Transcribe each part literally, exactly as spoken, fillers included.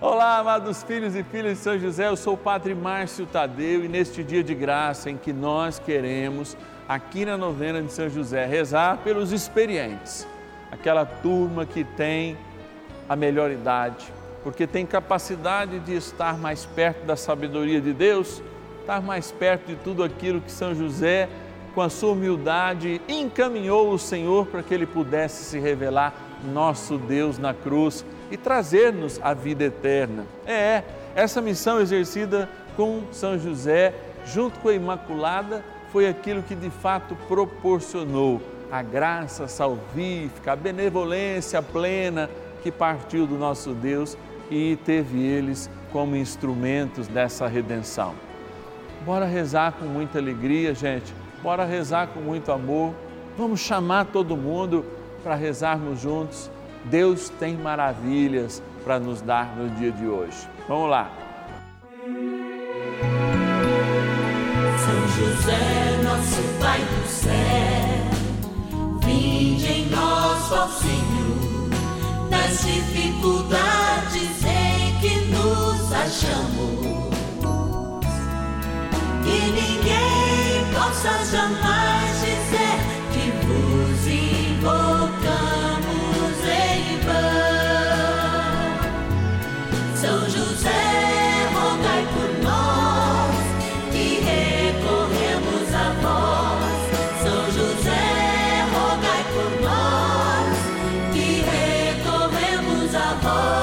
Olá, amados filhos e filhas de São José, eu sou o Padre Márcio Tadeu e neste dia de graça em que nós queremos, aqui na novena de São José, rezar pelos experientes, aquela turma que tem a melhor idade, porque tem capacidade de estar mais perto da sabedoria de Deus, estar mais perto de tudo aquilo que São José, com a sua humildade, encaminhou o Senhor para que Ele pudesse se revelar nosso Deus na cruz e trazer-nos a vida eterna. É, essa missão exercida com São José, junto com a Imaculada, foi aquilo que de fato proporcionou a graça salvífica, a benevolência plena que partiu do nosso Deus e teve eles como instrumentos dessa redenção. Bora rezar com muita alegria, gente, bora rezar com muito amor, vamos chamar todo mundo para rezarmos juntos. Deus tem maravilhas para nos dar no dia de hoje. Vamos lá. São José, nosso Pai do céu, vinde em nós, ó Senhor, nas dificuldades em que nos achamos, que ninguém possa jamais dizer que vos invocamos em vão. São José, rogai por nós, que recorremos a vós. São José, rogai por nós, que recorremos a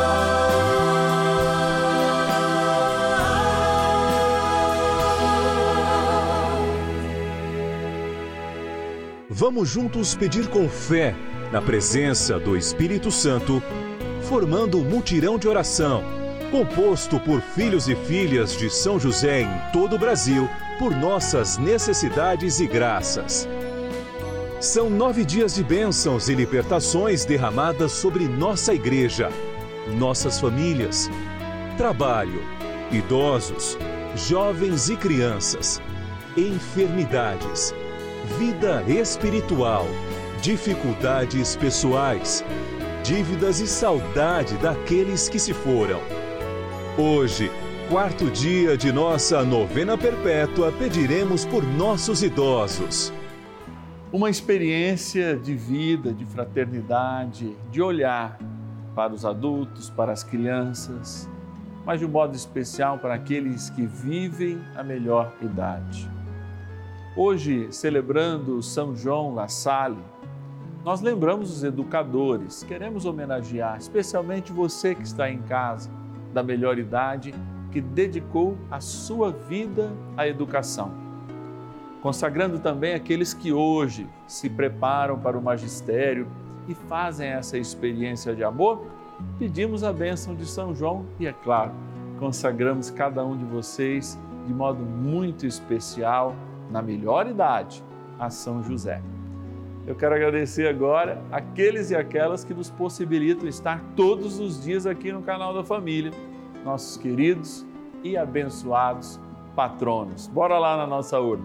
vós. Vamos juntos pedir com fé, na presença do Espírito Santo, formando um mutirão de oração, composto por filhos e filhas de São José em todo o Brasil, por nossas necessidades e graças. São nove dias de bênçãos e libertações derramadas sobre nossa igreja, nossas famílias, trabalho, idosos, jovens e crianças, enfermidades, vida espiritual, dificuldades pessoais, dívidas e saudade daqueles que se foram. Hoje, quarto dia de nossa novena perpétua, pediremos por nossos idosos. Uma experiência de vida, de fraternidade, de olhar para os adultos, para as crianças, mas de um modo especial para aqueles que vivem a melhor idade. Hoje, celebrando São João La Salle, nós lembramos os educadores, queremos homenagear especialmente você que está em casa, da melhor idade, que dedicou a sua vida à educação. Consagrando também aqueles que hoje se preparam para o magistério e fazem essa experiência de amor, pedimos a bênção de São João e, é claro, consagramos cada um de vocês de modo muito especial, na melhor idade, a São José. Eu quero agradecer agora aqueles e aquelas que nos possibilitam estar todos os dias aqui no canal da Família, nossos queridos e abençoados patronos. Bora lá na nossa urna.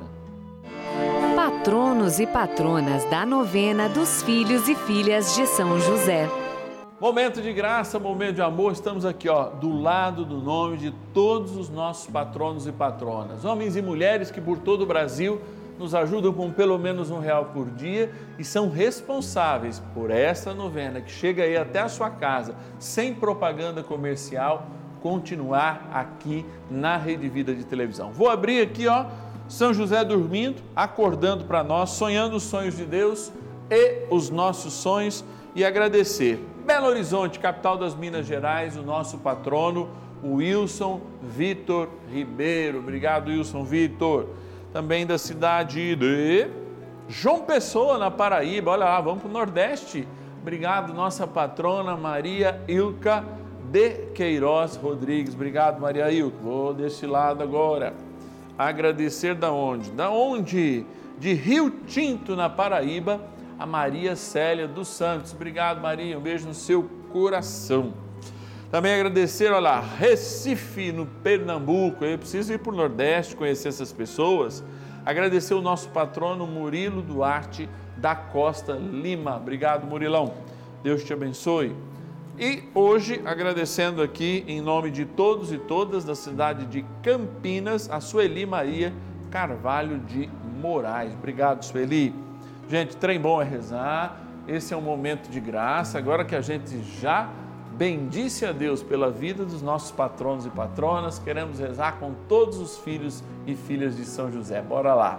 Patronos e patronas da novena dos filhos e filhas de São José. Momento de graça, momento de amor, estamos aqui ó, do lado do nome de todos os nossos patronos e patronas, homens e mulheres que por todo o Brasil nos ajudam com pelo menos um real por dia e são responsáveis por essa novena que chega aí até a sua casa, sem propaganda comercial, continuar aqui na Rede Vida de televisão. Vou abrir aqui, ó, São José dormindo, acordando para nós, sonhando os sonhos de Deus e os nossos sonhos e agradecer. Belo Horizonte, capital das Minas Gerais, o nosso patrono, o Wilson Vitor Ribeiro. Obrigado, Wilson Vitor. Também da cidade de João Pessoa, na Paraíba. Olha lá, vamos para o Nordeste. Obrigado, nossa patrona Maria Ilka de Queiroz Rodrigues. Obrigado, Maria Ilka. Vou desse lado agora. Agradecer da onde? Da onde? De Rio Tinto, na Paraíba, a Maria Célia dos Santos. Obrigado, Maria. Um beijo no seu coração. Também agradecer, olha lá, Recife, no Pernambuco. Eu preciso ir para o Nordeste conhecer essas pessoas. Agradecer o nosso patrono Murilo Duarte da Costa Lima. Obrigado, Murilão. Deus te abençoe. E hoje, agradecendo aqui em nome de todos e todas da cidade de Campinas, a Sueli Maria Carvalho de Moraes. Obrigado, Sueli. Gente, trem bom é rezar, esse é um momento de graça, agora que a gente já bendice a Deus pela vida dos nossos patronos e patronas, queremos rezar com todos os filhos e filhas de São José. Bora lá!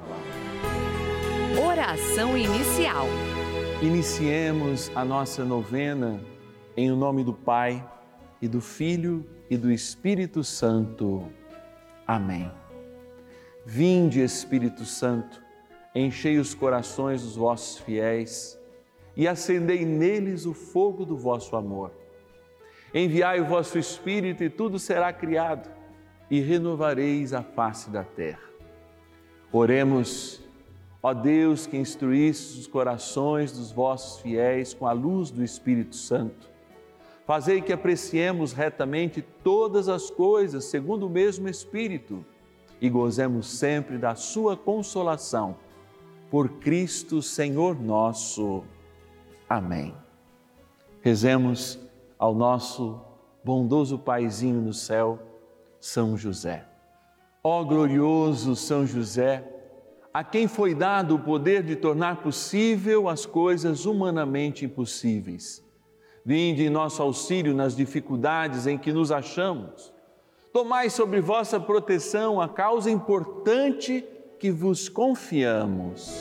Oração inicial. Iniciemos a nossa novena em nome do Pai, e do Filho, e do Espírito Santo. Amém. Vinde, Espírito Santo, enchei os corações dos vossos fiéis e acendei neles o fogo do vosso amor. Enviai o vosso Espírito e tudo será criado, e renovareis a face da terra. Oremos. Ó Deus, que instruístes os corações dos vossos fiéis com a luz do Espírito Santo, fazei que apreciemos retamente todas as coisas segundo o mesmo Espírito e gozemos sempre da sua consolação. Por Cristo, Senhor nosso. Amém. Rezemos ao nosso bondoso Paizinho no céu, São José. Ó glorioso São José, a quem foi dado o poder de tornar possível as coisas humanamente impossíveis. Vinde em nosso auxílio nas dificuldades em que nos achamos. Tomai sobre vossa proteção a causa importante que vos confiamos.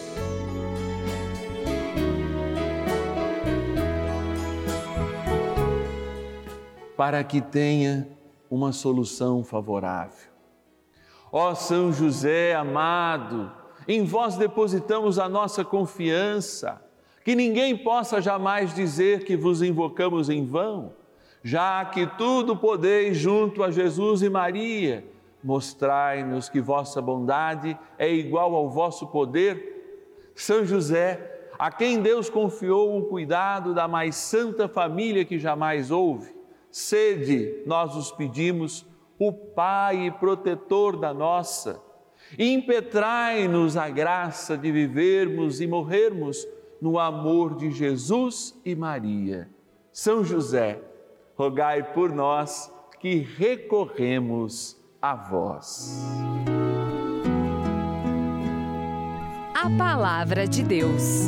Para que tenha uma solução favorável. Ó São José amado, em vós depositamos a nossa confiança, que ninguém possa jamais dizer que vos invocamos em vão, já que tudo podeis junto a Jesus e Maria, mostrai-nos que vossa bondade é igual ao vosso poder. São José, a quem Deus confiou o cuidado da mais santa família que jamais houve, sede, nós os pedimos, o Pai e protetor da nossa. Impetrai-nos a graça de vivermos e morrermos no amor de Jesus e Maria. São José, rogai por nós que recorremos a vós. A Palavra de Deus.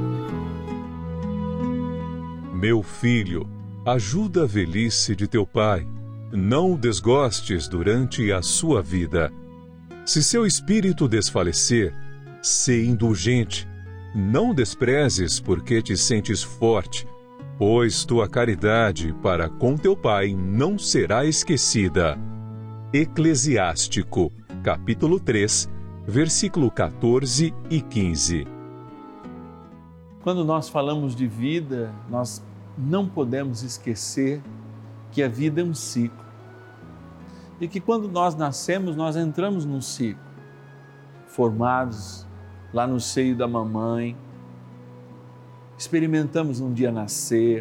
Meu filho, ajuda a velhice de teu pai. Não o desgostes durante a sua vida. Se seu espírito desfalecer, sê indulgente. Não desprezes porque te sentes forte, pois tua caridade para com teu pai não será esquecida. Eclesiástico, capítulo três, versículo quatorze e quinze. Quando nós falamos de vida, nós não podemos esquecer que a vida é um ciclo. E que quando nós nascemos, nós entramos num ciclo, formados lá no seio da mamãe, experimentamos um dia nascer,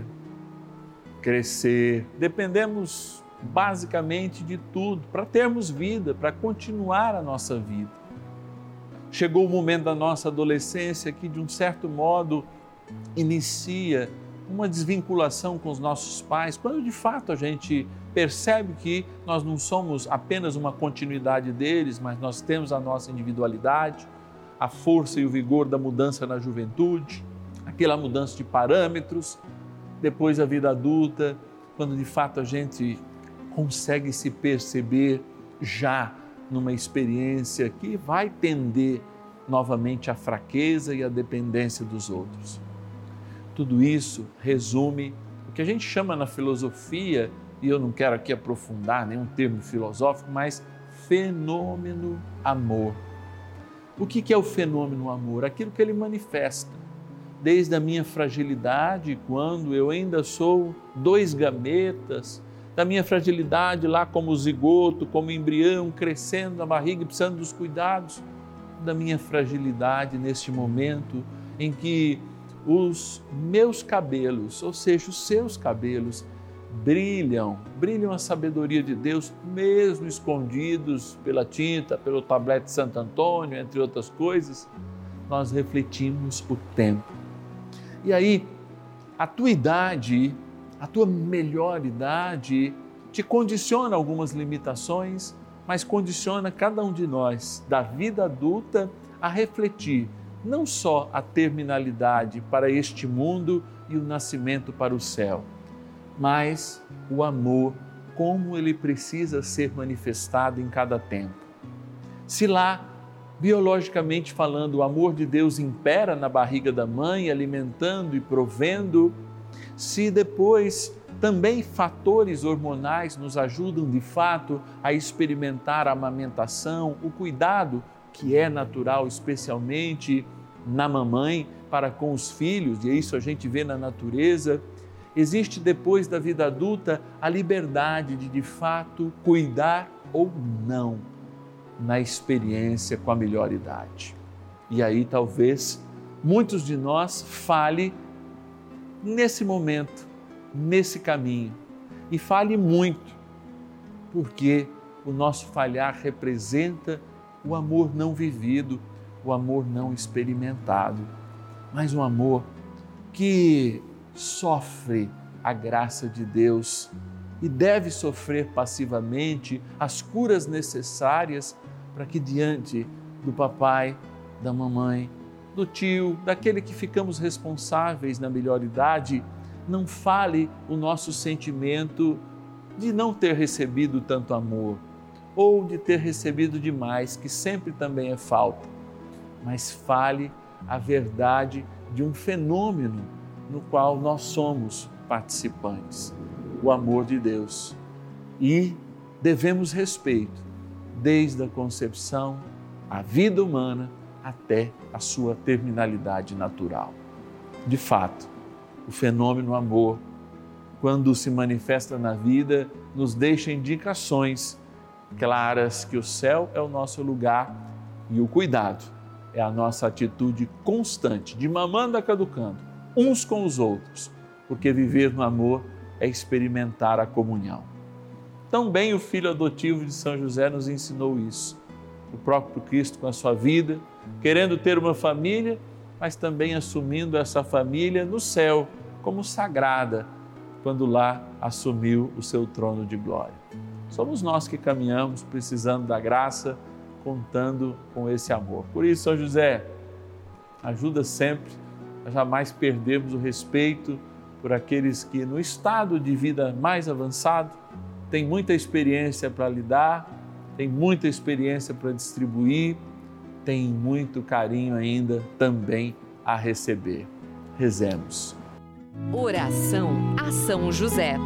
crescer, dependemos basicamente de tudo para termos vida, para continuar a nossa vida. Chegou o momento da nossa adolescência que, de um certo modo, inicia uma desvinculação com os nossos pais, quando de fato a gente percebe que nós não somos apenas uma continuidade deles, mas nós temos a nossa individualidade, a força e o vigor da mudança na juventude, aquela mudança de parâmetros, depois a vida adulta, quando de fato a gente consegue se perceber já numa experiência que vai tender novamente à fraqueza e à dependência dos outros. Tudo isso resume o que a gente chama na filosofia, e eu não quero aqui aprofundar nenhum termo filosófico, mas fenômeno amor. O que é o fenômeno amor? Aquilo que ele manifesta, desde a minha fragilidade, quando eu ainda sou dois gametas, da minha fragilidade lá como zigoto, como embrião, crescendo na barriga e precisando dos cuidados, da minha fragilidade neste momento em que os meus cabelos, ou seja, os seus cabelos, brilham, brilham a sabedoria de Deus, mesmo escondidos pela tinta, pelo tablete de Santo Antônio, entre outras coisas, nós refletimos o tempo. E aí, a tua idade A tua melhor idade te condiciona algumas limitações, mas condiciona cada um de nós, da vida adulta, a refletir não só a terminalidade para este mundo e o nascimento para o céu, mas o amor, como ele precisa ser manifestado em cada tempo. Se lá, biologicamente falando, o amor de Deus impera na barriga da mãe, alimentando e provendo, se depois também fatores hormonais nos ajudam de fato a experimentar a amamentação, o cuidado que é natural, especialmente na mamãe para com os filhos, e isso a gente vê na natureza, existe depois da vida adulta a liberdade de de fato cuidar ou não na experiência com a melhor idade. E aí talvez muitos de nós falhem nesse momento, nesse caminho, e fale muito, porque o nosso falhar representa o amor não vivido, o amor não experimentado, mas um amor que sofre a graça de Deus e deve sofrer passivamente as curas necessárias para que diante do papai, da mamãe, do tio, daquele que ficamos responsáveis na melhor idade, não fale o nosso sentimento de não ter recebido tanto amor ou de ter recebido demais, que sempre também é falta, mas fale a verdade de um fenômeno no qual nós somos participantes, o amor de Deus. E devemos respeito desde a concepção, a vida humana, até a sua terminalidade natural. De fato, o fenômeno amor, quando se manifesta na vida, nos deixa indicações claras que o céu é o nosso lugar e o cuidado é a nossa atitude constante, de mamando a caducando, uns com os outros, porque viver no amor é experimentar a comunhão. Também o filho adotivo de São José nos ensinou isso. O próprio Cristo com a sua vida, querendo ter uma família, mas também assumindo essa família no céu como sagrada, quando lá assumiu o seu trono de glória. Somos nós que caminhamos precisando da graça, contando com esse amor. Por isso, São José, ajuda sempre a jamais perdermos o respeito por aqueles que no estado de vida mais avançado têm muita experiência para lidar, têm muita experiência para distribuir, têm muito carinho ainda também a receber. Rezemos. Oração a São José.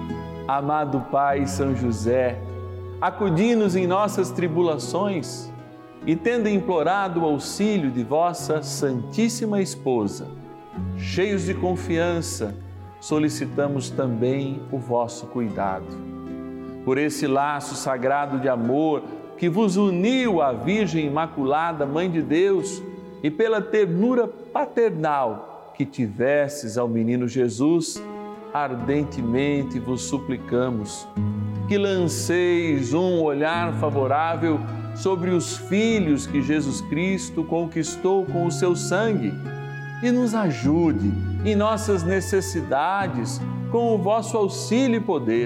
Amado Pai São José, acudi-nos em nossas tribulações e, tendo implorado o auxílio de vossa Santíssima Esposa, cheios de confiança, solicitamos também o vosso cuidado. Por esse laço sagrado de amor que vos uniu à Virgem Imaculada, Mãe de Deus, e pela ternura paternal que tivesses ao menino Jesus, ardentemente vos suplicamos que lanceis um olhar favorável sobre os filhos que Jesus Cristo conquistou com o seu sangue e nos ajude em nossas necessidades com o vosso auxílio e poder.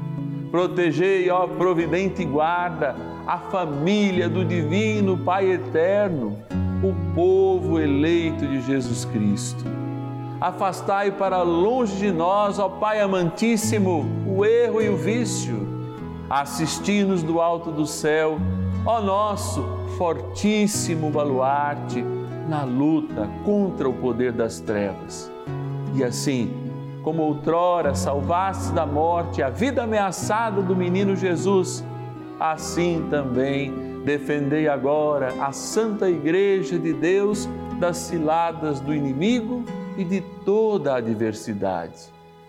Protegei, ó providente guarda, a família do Divino Pai Eterno, o povo eleito de Jesus Cristo. Afastai para longe de nós, ó Pai amantíssimo, o erro e o vício. Assisti-nos do alto do céu, ó nosso fortíssimo baluarte, na luta contra o poder das trevas. E assim, como outrora salvaste da morte a vida ameaçada do menino Jesus, assim também defendei agora a Santa Igreja de Deus das ciladas do inimigo e de toda a adversidade.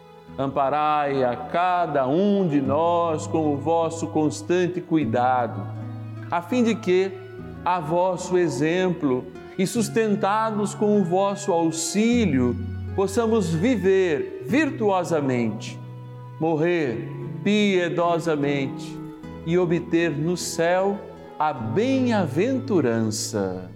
Amparai a cada um de nós com o vosso constante cuidado, a fim de que, a vosso exemplo e sustentados com o vosso auxílio, possamos viver virtuosamente, morrer piedosamente e obter no céu a bem-aventurança.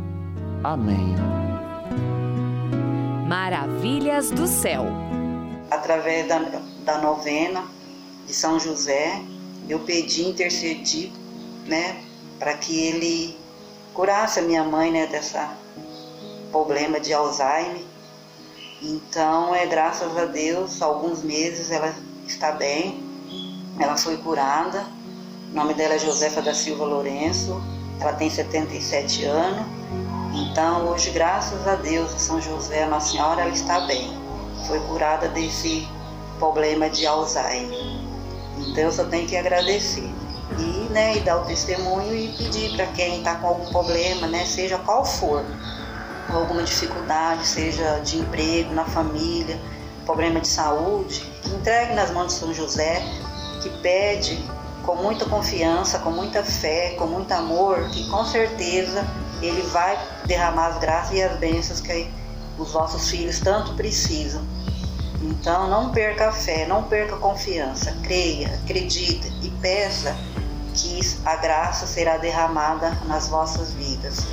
Amém. Maravilhas do céu. através da, da novena de São José, eu pedi, intercedi, né, para que ele curasse a minha mãe, né, desse problema de Alzheimer. Então, é graças a Deus, há alguns meses ela está bem, ela foi curada. O nome dela é Josefa da Silva Lourenço, ela tem setenta e sete anos. Então, hoje, graças a Deus, São José, a Nossa Senhora, ela está bem. Foi curada desse problema de Alzheimer. Então, eu só tenho que agradecer. E, né, e dar o testemunho e pedir para quem está com algum problema, né, seja qual for, alguma dificuldade, seja de emprego, na família, problema de saúde, que entregue nas mãos de São José, que pede com muita confiança, com muita fé, com muito amor, que com certeza ele vai derramar as graças e as bênçãos que os vossos filhos tanto precisam. Então não perca a fé, não perca a confiança, creia, acredita e peça que a graça será derramada nas vossas vidas.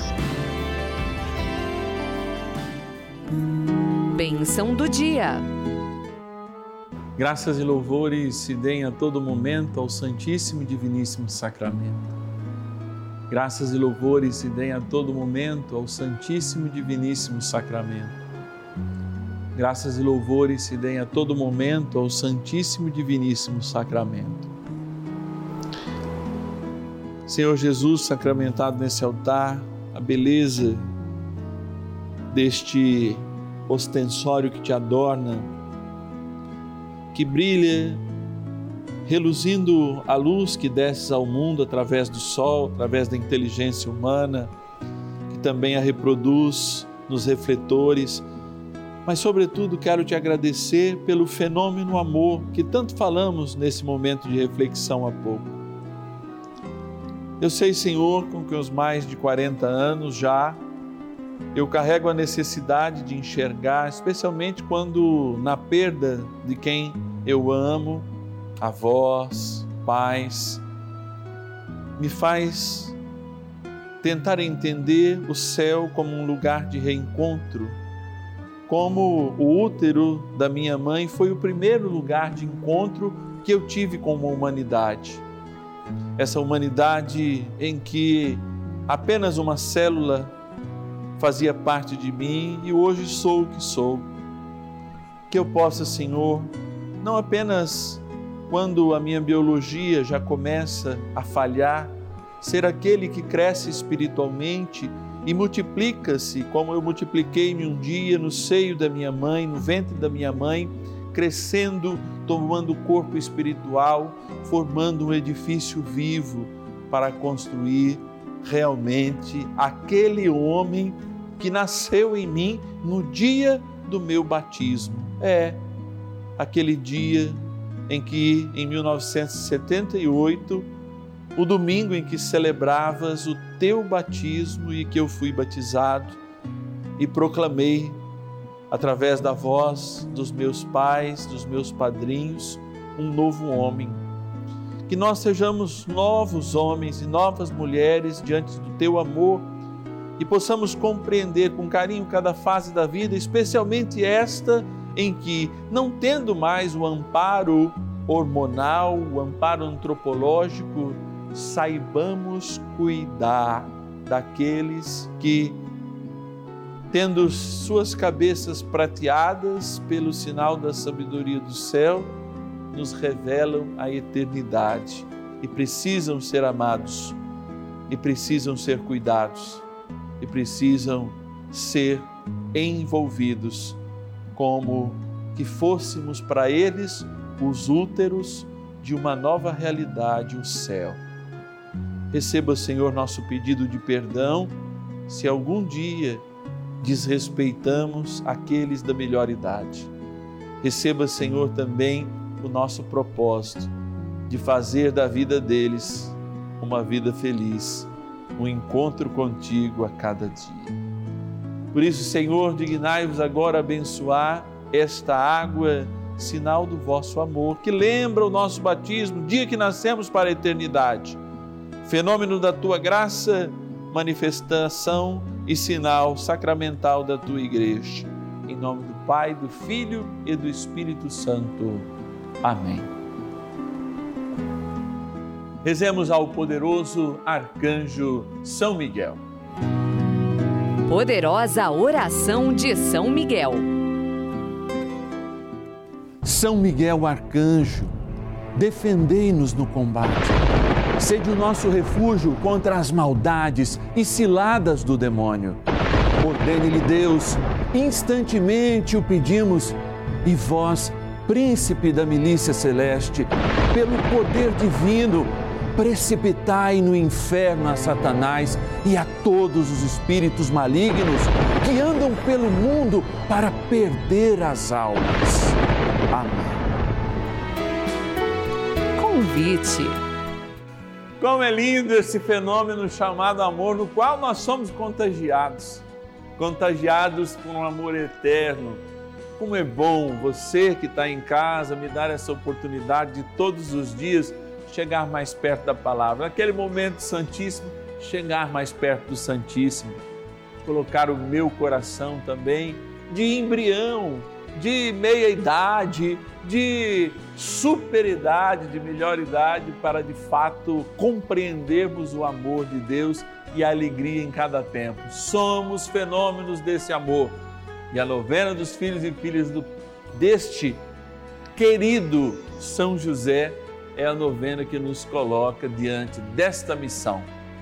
Bênção do dia. Graças e louvores se deem a todo momento ao Santíssimo e Diviníssimo Sacramento. Graças e louvores se deem a todo momento ao Santíssimo e Diviníssimo Sacramento. Graças e louvores se deem a todo momento ao Santíssimo e Diviníssimo Sacramento. Senhor Jesus, sacramentado nesse altar, a beleza deste ostensório que te adorna, que brilha, reluzindo a luz que desces ao mundo através do sol, através da inteligência humana, que também a reproduz nos refletores. Mas, sobretudo, quero te agradecer pelo fenômeno amor que tanto falamos nesse momento de reflexão há pouco. Eu sei, Senhor, com que os mais de quarenta anos já eu carrego a necessidade de enxergar, especialmente quando na perda de quem eu amo, avós, pais, me faz tentar entender o céu como um lugar de reencontro, como o útero da minha mãe foi o primeiro lugar de encontro que eu tive com uma humanidade. Essa humanidade em que apenas uma célula fazia parte de mim e hoje sou o que sou. Que eu possa, Senhor, não apenas quando a minha biologia já começa a falhar, ser aquele que cresce espiritualmente e multiplica-se, como eu multipliquei-me um dia no seio da minha mãe, no ventre da minha mãe, crescendo, tomando corpo espiritual, formando um edifício vivo para construir realmente aquele homem que nasceu em mim no dia do meu batismo. É, aquele dia em que, em mil novecentos e setenta e oito, o domingo em que celebravas o teu batismo e que eu fui batizado e proclamei, através da voz dos meus pais, dos meus padrinhos, um novo homem. Que nós sejamos novos homens e novas mulheres diante do teu amor e possamos compreender com carinho cada fase da vida, especialmente esta em que, não tendo mais o amparo hormonal, o amparo antropológico, saibamos cuidar daqueles que, tendo suas cabeças prateadas pelo sinal da sabedoria do céu, nos revelam a eternidade e precisam ser amados, e precisam ser cuidados, e precisam ser envolvidos como que fôssemos para eles os úteros de uma nova realidade, o céu. Receba, Senhor, nosso pedido de perdão se algum dia desrespeitamos aqueles da melhor idade. Receba, Senhor, também o nosso propósito de fazer da vida deles uma vida feliz, um encontro contigo a cada dia. Por isso, Senhor, dignai-vos agora abençoar esta água, sinal do vosso amor, que lembra o nosso batismo, dia que nascemos para a eternidade. Fenômeno da tua graça, manifestação e sinal sacramental da tua igreja. Em nome do Pai, do Filho e do Espírito Santo. Amém. Rezemos ao poderoso arcanjo São Miguel. Poderosa oração de São Miguel. São Miguel arcanjo, defendei-nos no combate. Sede o nosso refúgio contra as maldades e ciladas do demônio. Ordene-lhe Deus, instantemente o pedimos, e vós, príncipe da milícia celeste, pelo poder divino, precipitai no inferno a Satanás e a todos os espíritos malignos que andam pelo mundo para perder as almas. Amém. Convite. Como é lindo esse fenômeno chamado amor, no qual nós somos contagiados. Contagiados por um amor eterno. Como é bom você que está em casa me dar essa oportunidade de todos os dias chegar mais perto da palavra. Naquele momento santíssimo, chegar mais perto do Santíssimo. Colocar o meu coração também de embrião, de meia-idade, de superidade, de melhor idade, para de fato compreendermos o amor de Deus e a alegria em cada tempo. Somos fenômenos desse amor. E a novena dos filhos e filhas do, deste querido São José é a novena que nos coloca diante desta missão.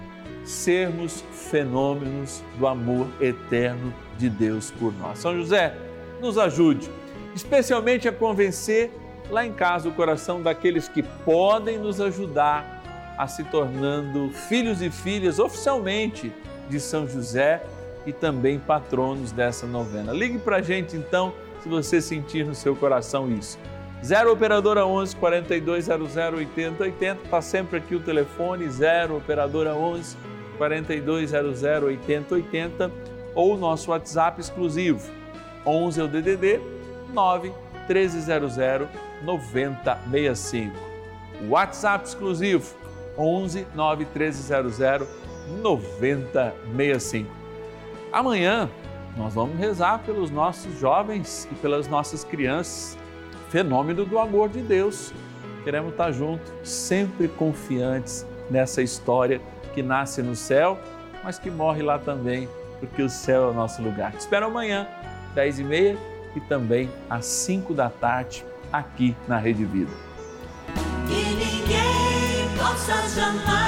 Sermos fenômenos do amor eterno de Deus por nós. São José, nos ajude, especialmente a convencer lá em casa o coração daqueles que podem nos ajudar a se tornando filhos e filhas oficialmente de São José e também patronos dessa novena. Ligue para a gente então, se você sentir no seu coração isso. zero operadora onze, quarenta e dois zero zero, oitenta oitenta, está sempre aqui o telefone, zero operadora onze, quarenta e dois zero zero, oitenta oitenta, ou o nosso WhatsApp exclusivo, onze é o D D D, nove treze zero zero, noventa sessenta e cinco. WhatsApp exclusivo, onze nove treze zero zero, noventa sessenta e cinco. Amanhã nós vamos rezar pelos nossos jovens e pelas nossas crianças, fenômeno do amor de Deus. Queremos estar juntos, sempre confiantes nessa história que nasce no céu, mas que morre lá também, porque o céu é o nosso lugar. Te espero amanhã, dez e meia e também às cinco da tarde, aqui na Rede Vida. Que ninguém possa jamais